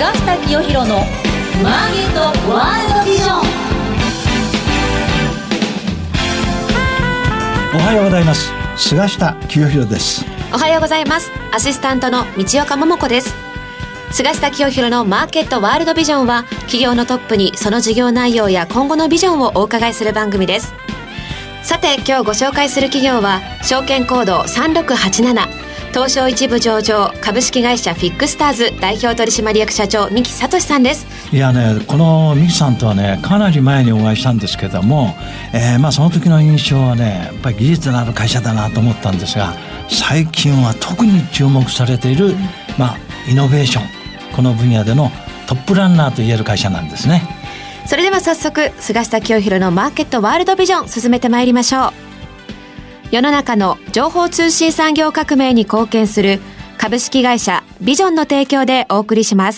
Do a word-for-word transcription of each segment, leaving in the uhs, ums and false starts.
下清弘のマーケットワールドビジョン。 おはようございます。菅下清弘です。 おはようございます。アシスタントの道岡桃子です。菅下清弘のマーケットワールドビジョンは、企業のトップにその事業内容や今後のビジョンをお伺いする番組です。さて、今日ご紹介する企業は証券コードさんろくはちなな、東証一部上場株式会社フィックスターズ代表取締役社長三木聡さんです。 いやね、この三木さんとはね、かなり前にお会いしたんですけども、えー、まあその時の印象はね、やっぱり技術のある会社だなと思ったんですが、最近は特に注目されている、うん、まあイノベーション、この分野でのトップランナーといえる会社なんですね。 それでは早速、菅下清弘のマーケットワールドビジョン進めてまいりましょう。世の中の情報通信産業革命に貢献する株式会社ビジョンの提供でお送りします。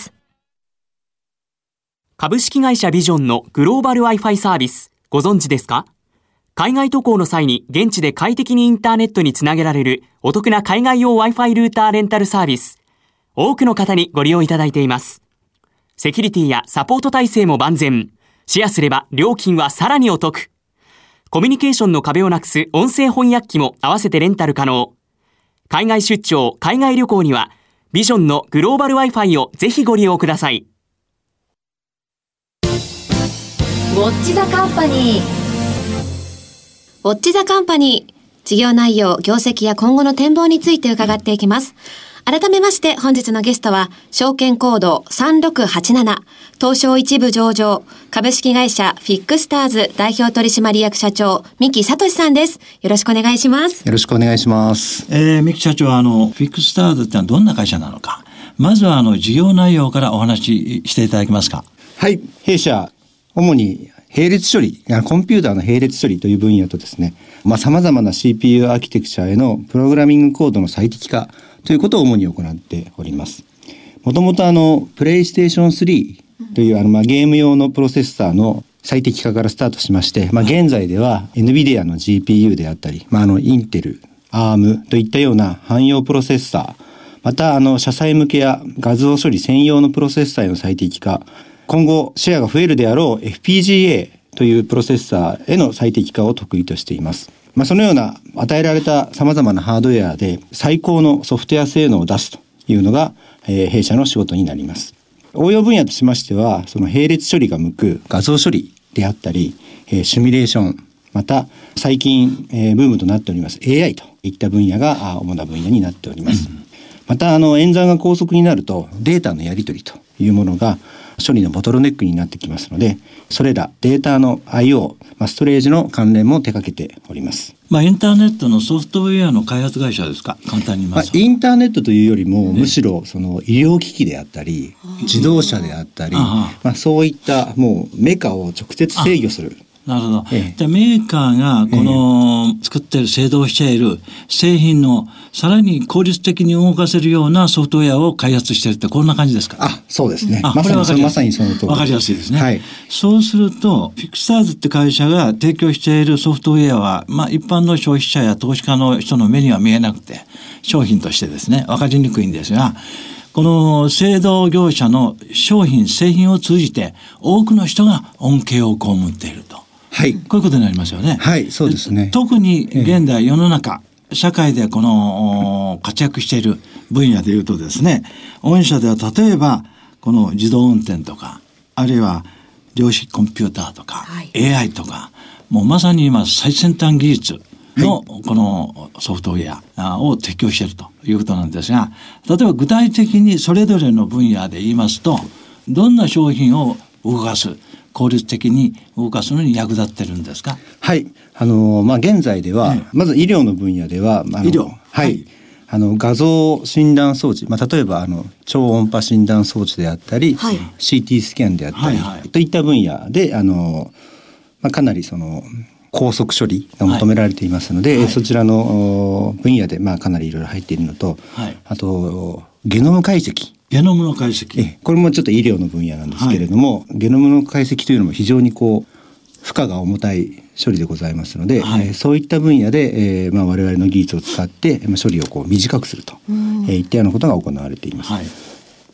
株式会社ビジョンのグローバル Wi-Fi サービス、ご存知ですか？海外渡航の際に現地で快適にインターネットにつなげられるお得な海外用 Wi-Fi ルーターレンタルサービス。多くの方にご利用いただいています。セキュリティやサポート体制も万全。シェアすれば料金はさらにお得。コミュニケーションの壁をなくす音声翻訳機も合わせてレンタル可能。海外出張、海外旅行にはビジョンのグローバル Wi-Fi をぜひご利用ください。 ウォッチザカンパニー。 ウォッチザカンパニー、事業内容、業績や今後の展望について伺っていきます。改めまして本日のゲストは証券コードさんろくはちなな、東証一部上場株式会社フィックスターズ代表取締役社長三木聡さんです。よろしくお願いします。 よろしくお願いします。 えー、三木社長はあのフィックスターズってのはどんな会社なのか、まずはあの事業内容からお話ししていただけますか？ はい、弊社主に並列処理、コンピューターの並列処理という分野とですね、まあ様々な シーピーユー アーキテクチャへのプログラミングコードの最適化ということを主に行っております。もともとあのプレイステーションスリーというあのまあゲーム用のプロセッサーの最適化からスタートしまして、まあ現在では エヌビディア の ジーピーユー であったり、まああのインテル、アームといったような汎用プロセッサー、またあの車載向けや画像処理専用のプロセッサーへの最適化、今後シェアが増えるであろう エフピージーエー というプロセッサーへの最適化を得意としています。まあ、そのような与えられた様々なハードウェアで最高のソフトウェア性能を出すというのが、えー、弊社の仕事になります。応用分野としましては、その並列処理が向く画像処理であったり、えー、シミュレーション、また最近、えー、ブームとなっております エーアイ といった分野が主な分野になっております。うん、またあの演算が高速になるとデータのやり取りというものが処理のボトルネックになってきますので、それらデータの アイオー、まあ、ストレージの関連も手掛けております。 まあ、インターネットのソフトウェアの開発会社ですか、簡単に言いますと。 まあ、インターネットというよりも、むしろその医療機器であったり自動車であったり、まあ、そういったもうメカを直接制御する。 なるほど。ええ、じゃあメーカーがこの作っている製造している製品のさらに効率的に動かせるようなソフトウェアを開発しているって、こんな感じですか？ あ、そうですね。 あ、 まさにそのまさにその通り。 わかりやすいですね。 はい。 そうするとフィクスターズって会社が提供しているソフトウェアは、まあ一般の消費者や投資家の人の目には見えなくて、商品としてですね、わかりにくいんですが、この製造業者の商品製品を通じて多くの人が恩恵を被っていると。 はい、 こういうことになりますよね。 はい、そうですね。 特に現代世の中、ええ、社会でこの活躍している分野でいうとですね、御社では例えばこの自動運転とか、あるいは量子コンピューターとか、はい、エーアイ とか、もうまさに今最先端技術のこのソフトウェアを提供しているということなんですが、例えば具体的にそれぞれの分野で言いますと、どんな商品を動かす、効率的に動かすのに役立ってるんですか？ はい。あの、まあ、現在では、はい、まず医療の分野では、あの医療。 はい。はい、あの、画像診断装置、まあ、例えば、あの、超音波診断装置であったり、はい、シーティー スキャンであったり、はいはい、といった分野で、あの、まあ、かなりその、高速処理が求められていますので、はい、そちらの分野で、まあ、かなりいろいろ入っているのと、はい、あと、ゲノム解析。 ゲノムの解析。 えこれもちょっと医療の分野なんですけれども、はい、ゲノムの解析というのも非常にこう負荷が重たい処理でございますので、はい、えー、そういった分野で、えーまあ、我々の技術を使って、まあ、処理をこう短くすると、えー、いったようなことが行われています。はい、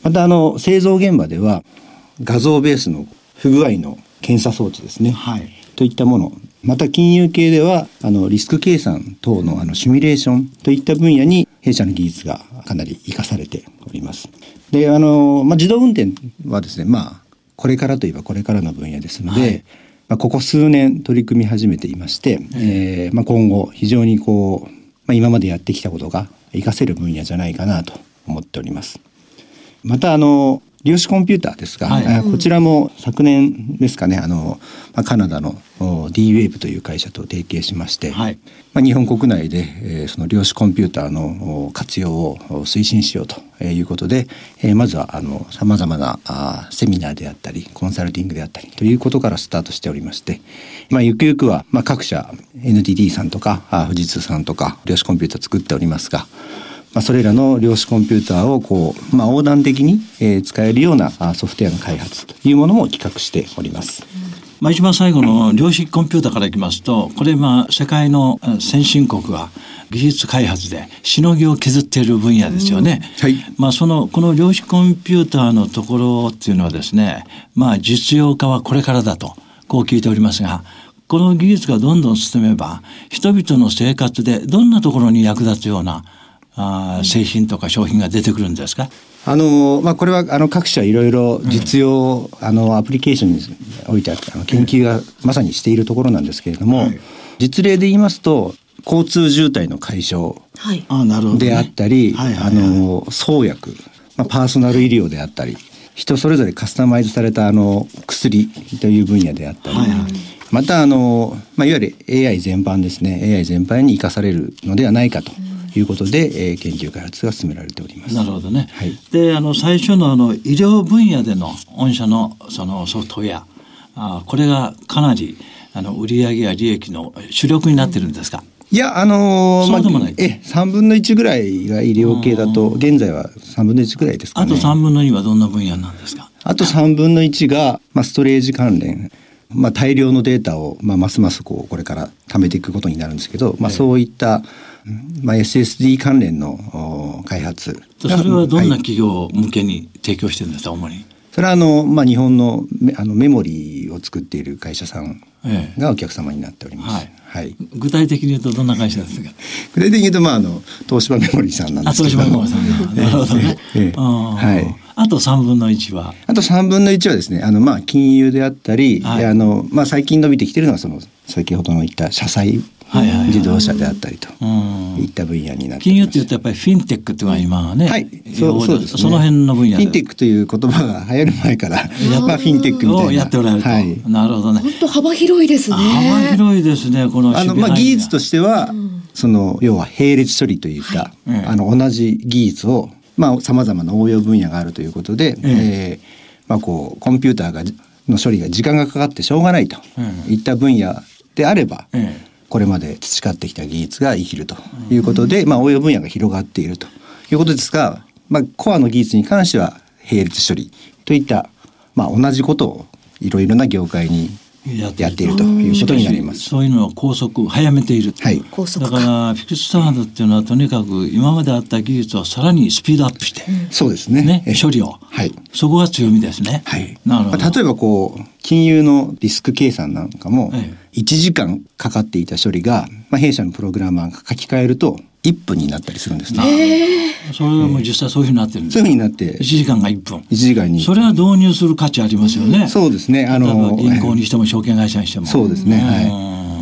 またあの製造現場では画像ベースの不具合の検査装置ですね、 はい、 といったもの、また金融系ではあのリスク計算等のあのシミュレーションといった分野に弊社の技術がかなり活かされております。であの、まあ、自動運転はですね、まあこれからといえばこれからの分野ですので、はい、まあ、ここ数年取り組み始めていまして、えーまあ、今後非常にこう、まあ、今までやってきたことが活かせる分野じゃないかなと思っております。またあの量子コンピューターですが、はい、こちらも昨年ですかね、あの、まあ、カナダの D ウェーブという会社と提携しまして、はい、まあ、日本国内で、えー、その量子コンピューターの活用を推進しようということで、えー、まずはあの様々なあセミナーであったりコンサルティングであったりということからスタートしておりまして、まあ、ゆくゆくは、まあ、各社 エヌティーティー さんとかあ富士通さんとか量子コンピューター作っておりますが、まあ、それらの量子コンピューターをこう、まあ、横断的に、えー、使えるようなソフトウェアの開発というものも企画しております。 まあ、一番最後の量子コンピューターからいきますと、これまあ世界の先進国が技術開発でしのぎを削っている分野ですよね。 はい、 まあ、そのこの量子コンピューターのところっていうのはですね、まあ、実用化はこれからだとこう聞いておりますが、この技術がどんどん進めば人々の生活でどんなところに役立つようなあ製品とか商品が出てくるんですか？ あのまあ、これはあの各社いろいろ実用、うん、あのアプリケーションにおいてあの研究がまさにしているところなんですけれども、はい、実例で言いますと交通渋滞の解消であったり、創薬、まあ、パーソナル医療であったり、人それぞれカスタマイズされたあの薬という分野であったり、はいはい、またあの、まあ、いわゆる エーアイ 全般ですね、エーアイ 全般に生かされるのではないかということで、えー、研究開発が進められております。 なるほどね。 はい、 で、あの最初のあの医療分野での御社のそのソフトウェア、あこれがかなりあの売上や利益の主力になってるんですか？ いや、あのー、 そうでもない。 まあ、えさんぶんのいちぐらいが医療系だと、現在はさんぶんのいちぐらいですかね。 あとさんぶんのにはどんな分野なんですか？ あとさんぶんのいちが、まあ、ストレージ関連、まあ、大量のデータを、まあ、ますますこうこれから貯めていくことになるんですけど、まあ、そういった、まあ、エスエスディー 関連の開発。 それはどんな企業向けに提供してるんですか、主に？ それはあの、まあ、日本のメ、あのメモリーを作っている会社さんがお客様になっております。 はいはい、具体的に言うとどんな会社ですか？ 具体的に言うと、まあ、あの東芝メモリーさんなんですけども。あ、東芝メモリーさん。なるほどね。ええ、あ、はい。 あとさんぶんのいちはあとさんぶんのいちはですね、あのまあ金融であったり、はい、あのまあ最近伸びてきているのはその先ほどの言った車載自動車であったりといった分野になっています。 金融って言うとやっぱりフィンテックっていうのが今はね、 はい、そうそうですね。 その辺の分野でフィンテックという言葉が流行る前からまあフィンテックみたいなやっておられると、はい、なるほどね。 本当幅広いですね。 幅広いですね。このあのまあ技術としては、うん、その要は並列処理といった、はい、あの同じ技術をまあ、様々な応用分野があるということで、うん、えーまあ、こうコンピューターがの処理が時間がかかってしょうがないといった分野であれば、うん、これまで培ってきた技術が生きるということで、うん、まあ、応用分野が広がっているということですが、まあ、コアの技術に関しては並列処理といった、まあ、同じことをいろいろな業界にやっているということになります。 そういうのを高速早めている、 はい、 だからフィクススタンドっていうのはとにかく今まであった技術をさらにスピードアップして、うん、 そうですね、 ね、処理を、はい、そこが強みですね。 はい、なるほど。例えばこう金融のリスク計算なんかもいちじかんかかっていた処理が、まあ、弊社のプログラマーが書き換えるといっぷんになったりするんですね。 それはもう実際そういうふうになってるんです。 そういうふうになっていちじかんがいっぷん、 いちじかんにそれは導入する価値ありますよね。 そうですね。 あの銀行にしても証券会社にしてもそうですね、はい。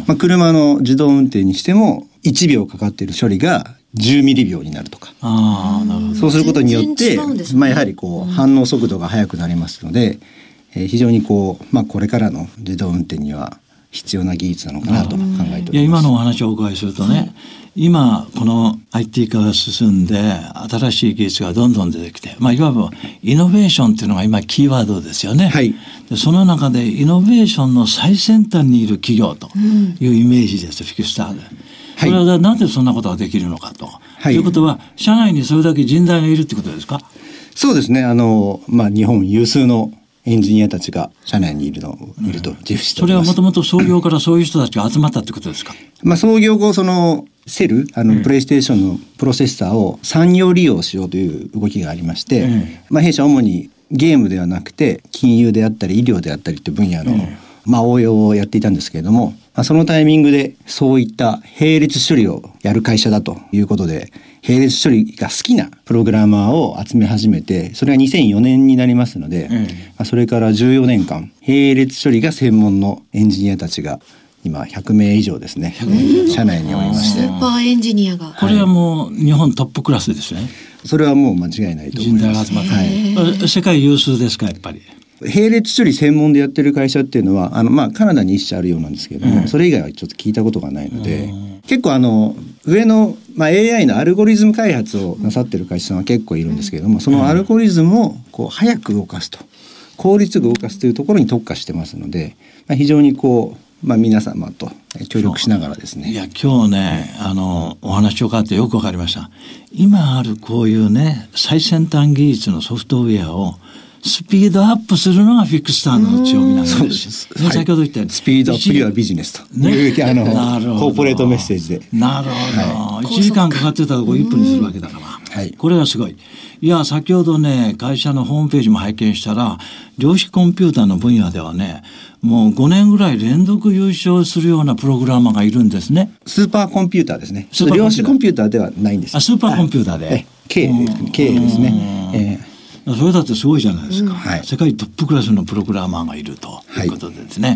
まあ、車の自動運転にしてもいちびょうかかっている処理がじゅうミリびょうになるとか、 あ、なるほど。 そうすることによって、ね、まあ、やはりこう反応速度が速くなりますので、えー、非常にこう、まあ、これからの自動運転には必要な技術なのかなと考えております。 いや、今のお話をお伺いするとね、はい、今この アイティー 化が進んで新しい技術がどんどん出てきて、まあ、いわばイノベーションっていうのが今キーワードですよね。はい、でその中でイノベーションの最先端にいる企業というイメージです、うん、フィクスターで。それはなぜそんなことができるのかと、はい、ということは社内にそれだけ人材がいるってことですか？ そうですね。あの、まあ、日本有数のエンジニアたちが社内にいるのいると自負しております。 それはもともと創業からそういう人たちが集まったってことですか？ まあ、創業後そのセルあの、うん、プレイステーションのプロセッサーを産業利用しようという動きがありまして、うん、まあ、弊社は主にゲームではなくて金融であったり医療であったりという分野の、うん、まあ、応用をやっていたんですけれども、まあ、そのタイミングでそういった並列処理をやる会社だということで、並列処理が好きなプログラマーを集め始めて、それがにせんよねんになりますので、うん、まあ、それからじゅうよねんかん並列処理が専門のエンジニアたちが今ひゃくめい以上ですね、社内におりまして、 スーパーエンジニアが、 これはもう日本トップクラスですね。 それはもう間違いないと思います。 人材が集まって、はい、世界有数ですか、やっぱり。 並列処理専門でやってる会社っていうのはあの、まあ、カナダに一社あるようなんですけれども、うん、それ以外はちょっと聞いたことがないので、うん、結構あの上の、まあ、エーアイ のアルゴリズム開発をなさってる会社さんは結構いるんですけれども、そのアルゴリズムをこう早く動かすと、効率よく動かすというところに特化してますので、まあ、非常にこう、まあ、皆様と協力しながらですね。 いや今日ね、あのお話を伺ってよく分かりました。今あるこういうね最先端技術のソフトウェアをスピードアップするのがフィックスターの強みなんです。そうです、ね、先ほど言ったようにスピードアップにはビジネスという、ね、あのコーポレートメッセージで。 なるほど、はい、いちじかんかかってたところいっぷんにするわけだから、はい、これがすごい。いや先ほどね会社のホームページも拝見したら、量子コンピューターの分野ではねもうごねんぐらい連続優勝するようなプログラマーがいるんですね。 スーパーコンピューターですね。量子コンピューターではないんです。 あ、スーパーコンピューターで K ですね。 それだってすごいじゃないですか、うん、はい、世界トップクラスのプログラマーがいるということでですね、はい、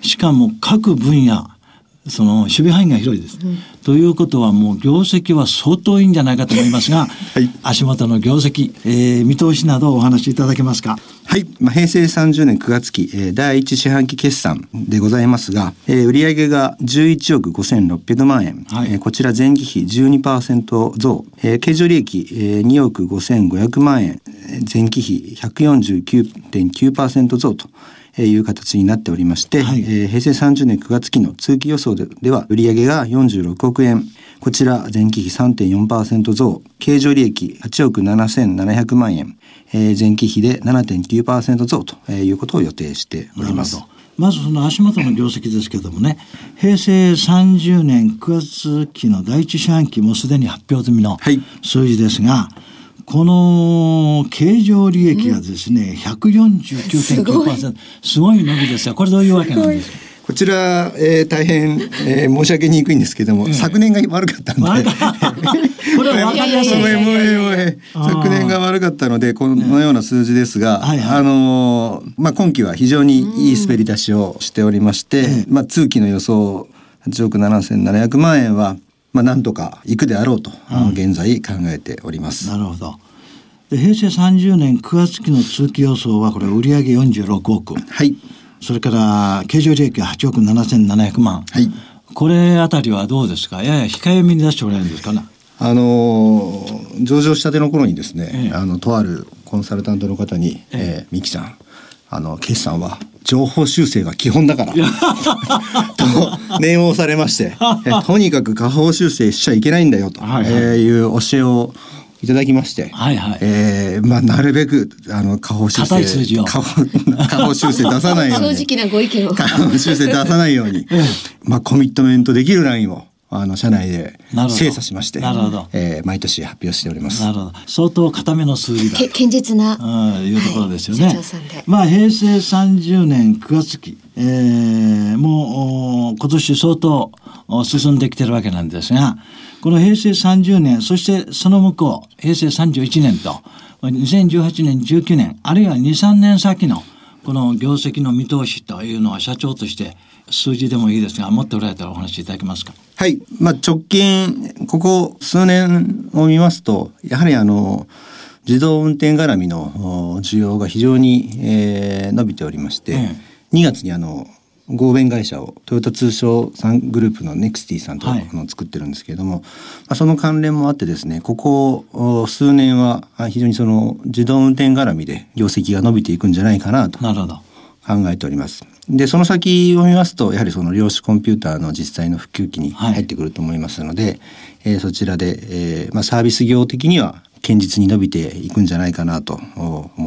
しかも各分野その守備範囲が広いです、うん、ということはもう業績は相当いいんじゃないかと思いますが、はい、足元の業績、えー、見通しなどをお話しいただけますか。 はい、まあ、平成さんじゅうねんくがつき、えー、だいいち四半期決算でございますが、えー、売上がじゅういちおくごせんろっぴゃくまんえん、はい、えー、こちら前期比 じゅうにパーセント 増、えー、経常利益、えー、におくごせんごひゃくまんえん、前期比 ひゃくよんじゅうきゅうてんきゅうパーセント 増という形になっておりまして、はい、えー、平成さんじゅうねんくがつきの通期予想 で, では売上がよんじゅうろくおくえん、こちら前期比 さんてんよんパーセント 増、経常利益はちおくななせんななひゃくまんえん、えー、前期比で ななてんきゅうパーセント 増ということを予定しております。 まずその足元の業績ですけどもね、平成さんじゅうねんくがつきのだいいち四半期もすでに発表済みの数字ですが、はい、この経常利益がですね、うん、ひゃくよんじゅうきゅうてんきゅうパーセント すごい伸びですが、これどういうわけなんですか。 こちら、えー、大変、えー、申し上げにくいんですけども、うん、昨年が悪かったのでこれは分かりやすい昨年が悪かったのでこのような数字ですが、はいはい、あのーまあ、今期は非常にいい滑り出しをしておりまして、うん、まあ、通期の予想はちおくななせんななひゃくまんえんは、まあ、なんとかいくであろうと、うん、現在考えております。 なるほど。で平成さんじゅうねんくがつきの通期予想はこれ売上よんじゅうろくおく、はい、それから経常利益ははちおくななせんななひゃくまん、はい、これあたりはどうですか。やや控えめに出しておられるんですかね。 あのー、上場したての頃にですね、ええ、あのとあるコンサルタントの方に、えええー、ミキさん、あの決算は情報修正が基本だからと念を押されましてえとにかく下方修正しちゃいけないんだよと、はいはい、えー、いう教えをいただきまして、はいはい、えーまあ、なるべくあの下方修正固い数字を下方、下方修正出さないように正直なご意見を下方修正出さないように、まあ、コミットメントできるラインをあの社内で精査しまして、なるほど、えー、毎年発表しております。 なるほど、相当固めの数字だけ堅実な、 うん、いうところですよね、はい、まあ、平成さんじゅうねんくがつき、えー、もう今年相当進んできてるわけなんですが、この平成さんじゅうねん、そしてその向こう平成さんじゅういちねんとにせんじゅうはちねんじゅうきゅうねん、あるいは にさんねん先のこの業績の見通しというのは社長として数字でもいいですが持っておられたらお話しいただけますか。 はい、まあ、直近ここ数年を見ますとやはりあの自動運転絡みの需要が非常に、えー、伸びておりまして、うん、にがつにあの合弁会社をトヨタ通商さんグループのネクスティさんと、はい、あの作ってるんですけれども、まあ、その関連もあってですね、ここ数年は非常にその自動運転絡みで業績が伸びていくんじゃないかなと考えております。でその先を見ますとやはりその量子コンピューターの実際の普及期に入ってくると思いますので、はい、えー、そちらで、えーまあ、サービス業的には堅実に伸びていくんじゃないかなと思っ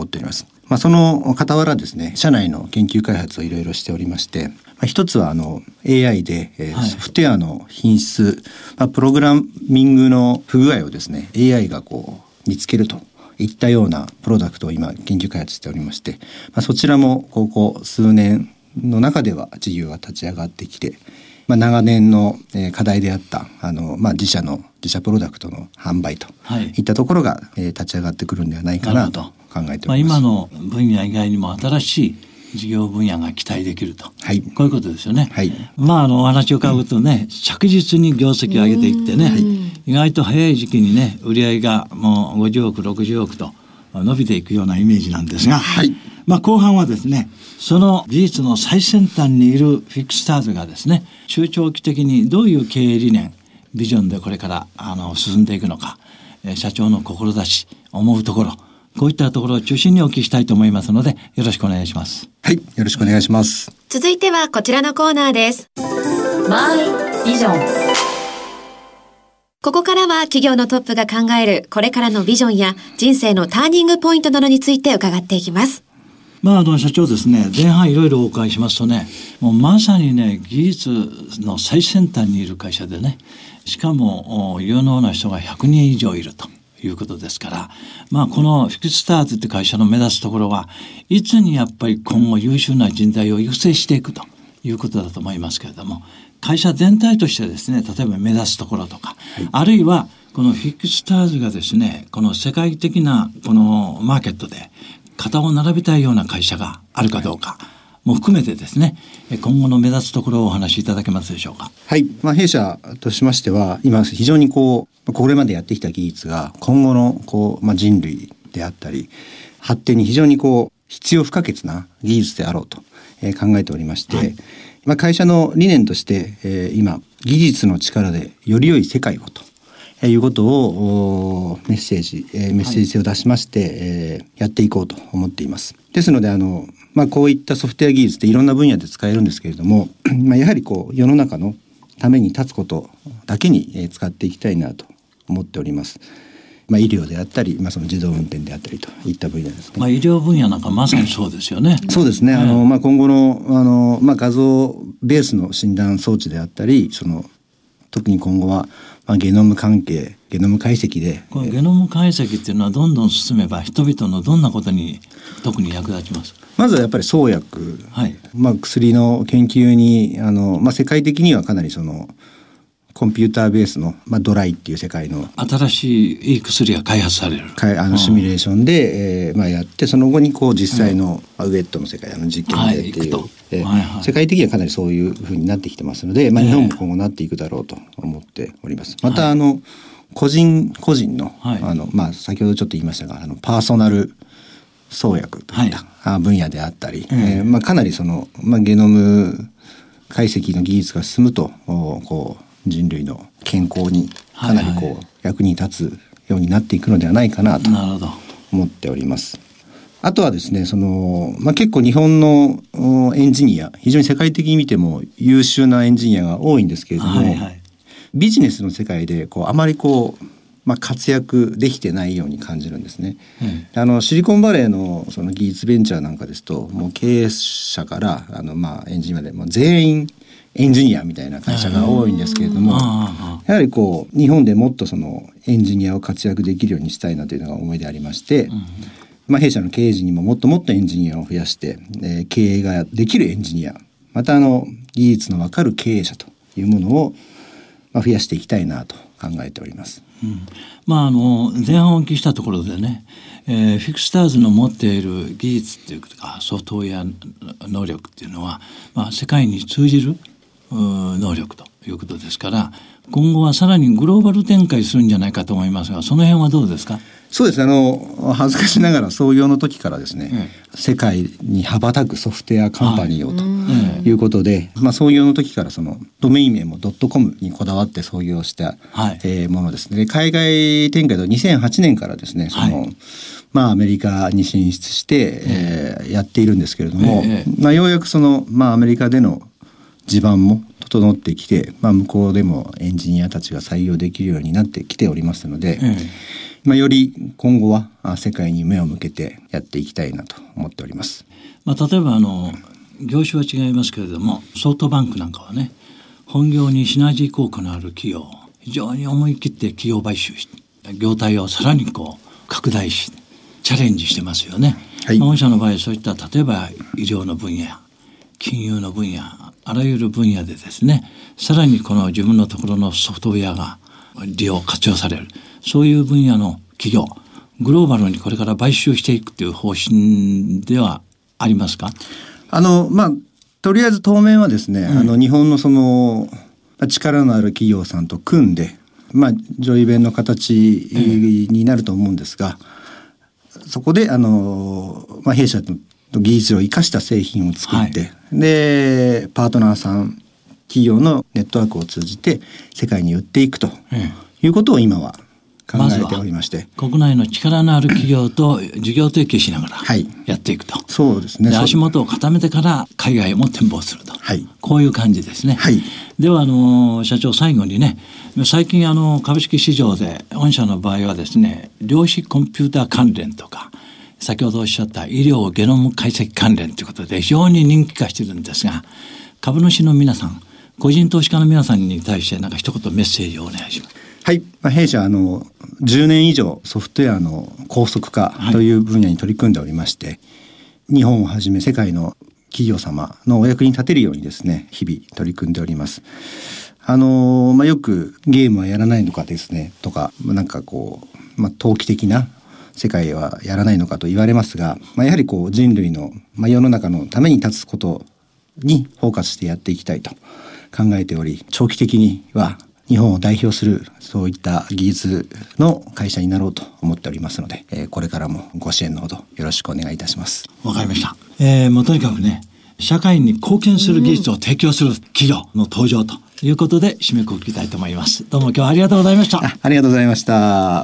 っております。まあ、その傍らですね、社内の研究開発をいろいろしておりまして、まあ、一つはあの エーアイ で、えーはい、ソフトウェアの品質、まあ、プログラミングの不具合をですね エーアイ がこう見つけるといったようなプロダクトを今研究開発しておりまして、まあ、そちらもここ数年の中では事業が立ち上がってきて、まあ、長年の課題であったあの、まあ、自社の自社プロダクトの販売といったところが、はい、立ち上がってくるんではないかなと考えております。 まあ、今の分野以外にも新しい事業分野が期待できると、はい、こういうことですよね。はい、まあ、あのお話を伺うとね、うん、着実に業績を上げていってね、意外と早い時期にね売上がもうごじゅうおくろくじゅうおくと伸びていくようなイメージなんですが、はい、まあ、後半はですねその技術の最先端にいるフィックスターズがですね中長期的にどういう経営理念ビジョンでこれからあの進んでいくのか、えー、社長の志思うところこういったところを中心にお聞きしたいと思いますのでよろしくお願いします。 はい、よろしくお願いします。 続いてはこちらのコーナーです。 マイビジョン。 ここからは企業のトップが考えるこれからのビジョンや人生のターニングポイントなどについて伺っていきます。 まあ、あの社長ですね、前半いろいろお伺いしますとね、もうまさにね技術の最先端にいる会社でね、しかも有能な人がひゃくにん以上いるということですから、まあ、このフィクスターズという会社の目指すところはいつにやっぱり今後優秀な人材を育成していくということだと思いますけれども、会社全体としてですね、例えば目指すところとか、はい、あるいはこのフィクスターズがですねこの世界的なこのマーケットで肩を並べたいような会社があるかどうかも含めてですね、今後の目指すところをお話しいただけますでしょうか。 はい、まあ、弊社としましては今非常にこうこれまでやってきた技術が今後のこう、まあ、人類であったり発展に非常にこう必要不可欠な技術であろうと、えー、考えておりまして、はい、まあ、会社の理念として、えー、今技術の力でより良い世界をとえー、いうことをメッセージ、えー、メッセージ性を出しまして、はい、えー、やっていこうと思っています。ですのであの、まあ、こういったソフトウェア技術っていろんな分野で使えるんですけれどもまあやはりこう世の中のために立つことだけに、えー、使っていきたいなと思っております。まあ、医療であったり、まあ、その自動運転であったりといった分野ですね。 まあ、医療分野なんかまさにそうですよね。 そうですね、あの、まあ、今後の、あの、まあ、画像ベースの診断装置であったりその特に今後はまあ、ゲノム関係ゲノム解析でこれゲノム解析っていうのはどんどん進めば人々のどんなことに特に役立ちます？ まずはやっぱり創薬、はい、まあ、薬の研究にあの、まあ、世界的にはかなりそのコンピューターベースの、まあ、ドライっていう世界の新しいいい薬が開発されるあのシミュレーションで、えーまあ、やってその後にこう実際の、うん、ウェットの世界あの実験でっていう、はいえーはいはい、世界的にはかなりそういうふうになってきてますので、まあ、日本も今後なっていくだろうと思っております。またあの個人個人の、はい、あのまあ、先ほどちょっと言いましたがあのパーソナル創薬といった、はい、分野であったり、うん、えーまあ、かなりその、まあ、ゲノム解析の技術が進むとこう人類の健康にかなりこう、はいはい、役に立つようになっていくのではないかなと思っております。あとはですねその、まあ、結構日本のエンジニア非常に世界的に見ても優秀なエンジニアが多いんですけれども、はいはい、ビジネスの世界でこうあまりこう、まあ、活躍できてないように感じるんですね。うん、あのシリコンバレーのその技術ベンチャーなんかですともう経営者からあの、まあ、エンジニアまでもう全員エンジニアみたいな会社が多いんですけれども、やはりこう日本でもっとそのエンジニアを活躍できるようにしたいなというのが思いでありまして、うん、まあ、弊社の経営陣にももっともっとエンジニアを増やして、えー、経営ができるエンジニアまたあの技術の分かる経営者というものを、まあ、増やしていきたいなと考えております。 うん、まあ、あの前半お聞きしたところでね、えー、フィクスターズの持っている技術っていうかソフトウェア能力っていうのは、まあ、世界に通じる能力ということですから今後はさらにグローバル展開するんじゃないかと思いますがその辺はどうですか？ そうですね、あの恥ずかしながら創業の時からですね、うん、世界に羽ばたくソフトウェアカンパニーをということで、はい、まあ、創業の時からそのドメイン名も .com にこだわって創業した、はい、えー、ものですね。海外展開とにせんはちねんからですねその、はい、まあ、アメリカに進出して、えー、やっているんですけれども、えーまあ、ようやくその、まあ、アメリカでの地盤も整ってきて、まあ、向こうでもエンジニアたちが採用できるようになってきておりますので、うん、 まあ、より今後は世界に目を向けてやっていきたいなと思っております。 まあ、例えばあの業種は違いますけれども、ソフトバンクなんかはね、本業にシナジー効果のある企業を非常に思い切って企業買収し、業態をさらにこう拡大しチャレンジしてますよね。はい、御社の場合そういった例えば医療の分野、金融の分野、あらゆる分野でですね、さらにこの自分のところのソフトウェアが利用活用される、そういう分野の企業グローバルにこれから買収していくという方針ではありますか？ あのまあとりあえず当面はですね、うん、あの日本のその力のある企業さんと組んで、まあジョイベンの形になると思うんですが、うん、そこであの、まあ、弊社の技術を生かした製品を作って、はい、でパートナーさん企業のネットワークを通じて世界に売っていくということを今は考えておりまして、 ま、国内の力のある企業と事業提携しながらやっていくと、はい、 そうですね。 で足元を固めてから海外も展望すると、はい、こういう感じですね。 はい、 ではあの社長、最後にね、最近あの株式市場で御社の場合はですね、量子コンピューター関連とか先ほどおっしゃった医療ゲノム解析関連ということで非常に人気化しているんですが、株主の皆さん、個人投資家の皆さんに対して何か一言メッセージをお願いします。 はい、まあ、弊社あのじゅうねん以上ソフトウェアの高速化という分野に取り組んでおりまして、はい、日本をはじめ世界の企業様のお役に立てるようにですね、日々取り組んでおります。あの、まあ、よくゲームはやらないのかですねとか、なんかこう、まあ、投機的な世界はやらないのかと言われますが、まあ、やはりこう人類の、まあ、世の中のために立つことにフォーカスしてやっていきたいと考えており、長期的には日本を代表するそういった技術の会社になろうと思っておりますので、えー、これからもご支援のほどよろしくお願いいたします。 わかりました。えー、もうとにかくね、社会に貢献する技術を提供する企業の登場ということで締めくくりたいと思います。どうも今日はありがとうございました。 あ、ありがとうございました。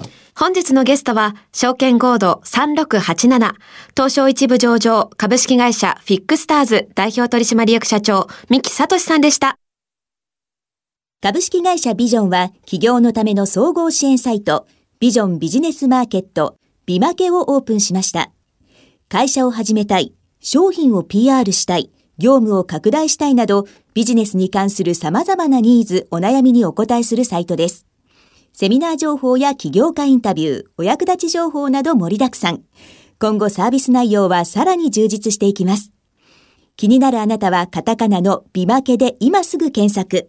本日のゲストは証券コードさんろくはちなな東証一部上場株式会社フィックスターズ代表取締役社長三木聡さんでした。 株式会社ビジョンは企業のための総合支援サイトビジョンビジネスマーケットビマケをオープンしました。会社を始めたい、商品を ピーアール したい、業務を拡大したいなどビジネスに関する様々なニーズ、お悩みにお答えするサイトです。セミナー情報や起業家インタビュー、お役立ち情報など盛りだくさん。今後サービス内容はさらに充実していきます。気になるあなたはカタカナのビマケで今すぐ検索。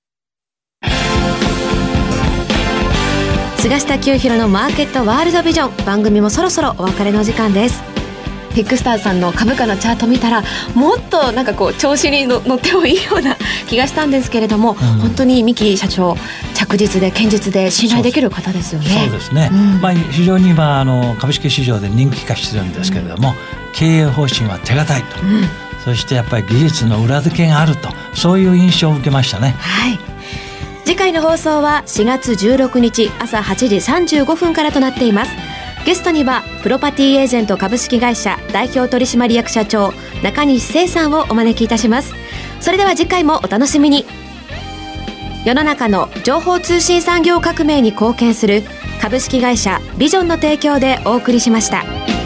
菅下清弘のマーケットワールドビジョン、番組もそろそろお別れの時間です。フィックスターズさんの株価のチャート見たらもっとなんかこう調子に乗ってもいいような気がしたんですけれども、うん、本当に三木社長着実で堅実で信頼できる方ですよね。 そうですね、うん、まあ、非常に今あの株式市場で人気化してるんですけれども、うん、経営方針は手堅いと、うん、そしてやっぱり技術の裏付けがあると、そういう印象を受けましたね。 はい、次回の放送はしがつじゅうろくにち朝はちじさんじゅうごふんからとなっています。ゲストにはプロパティエージェント株式会社代表取締役社長中西聖さんをお招きいたします。それでは次回もお楽しみに。世の中の情報通信産業革命に貢献する株式会社ビジョンの提供でお送りしました。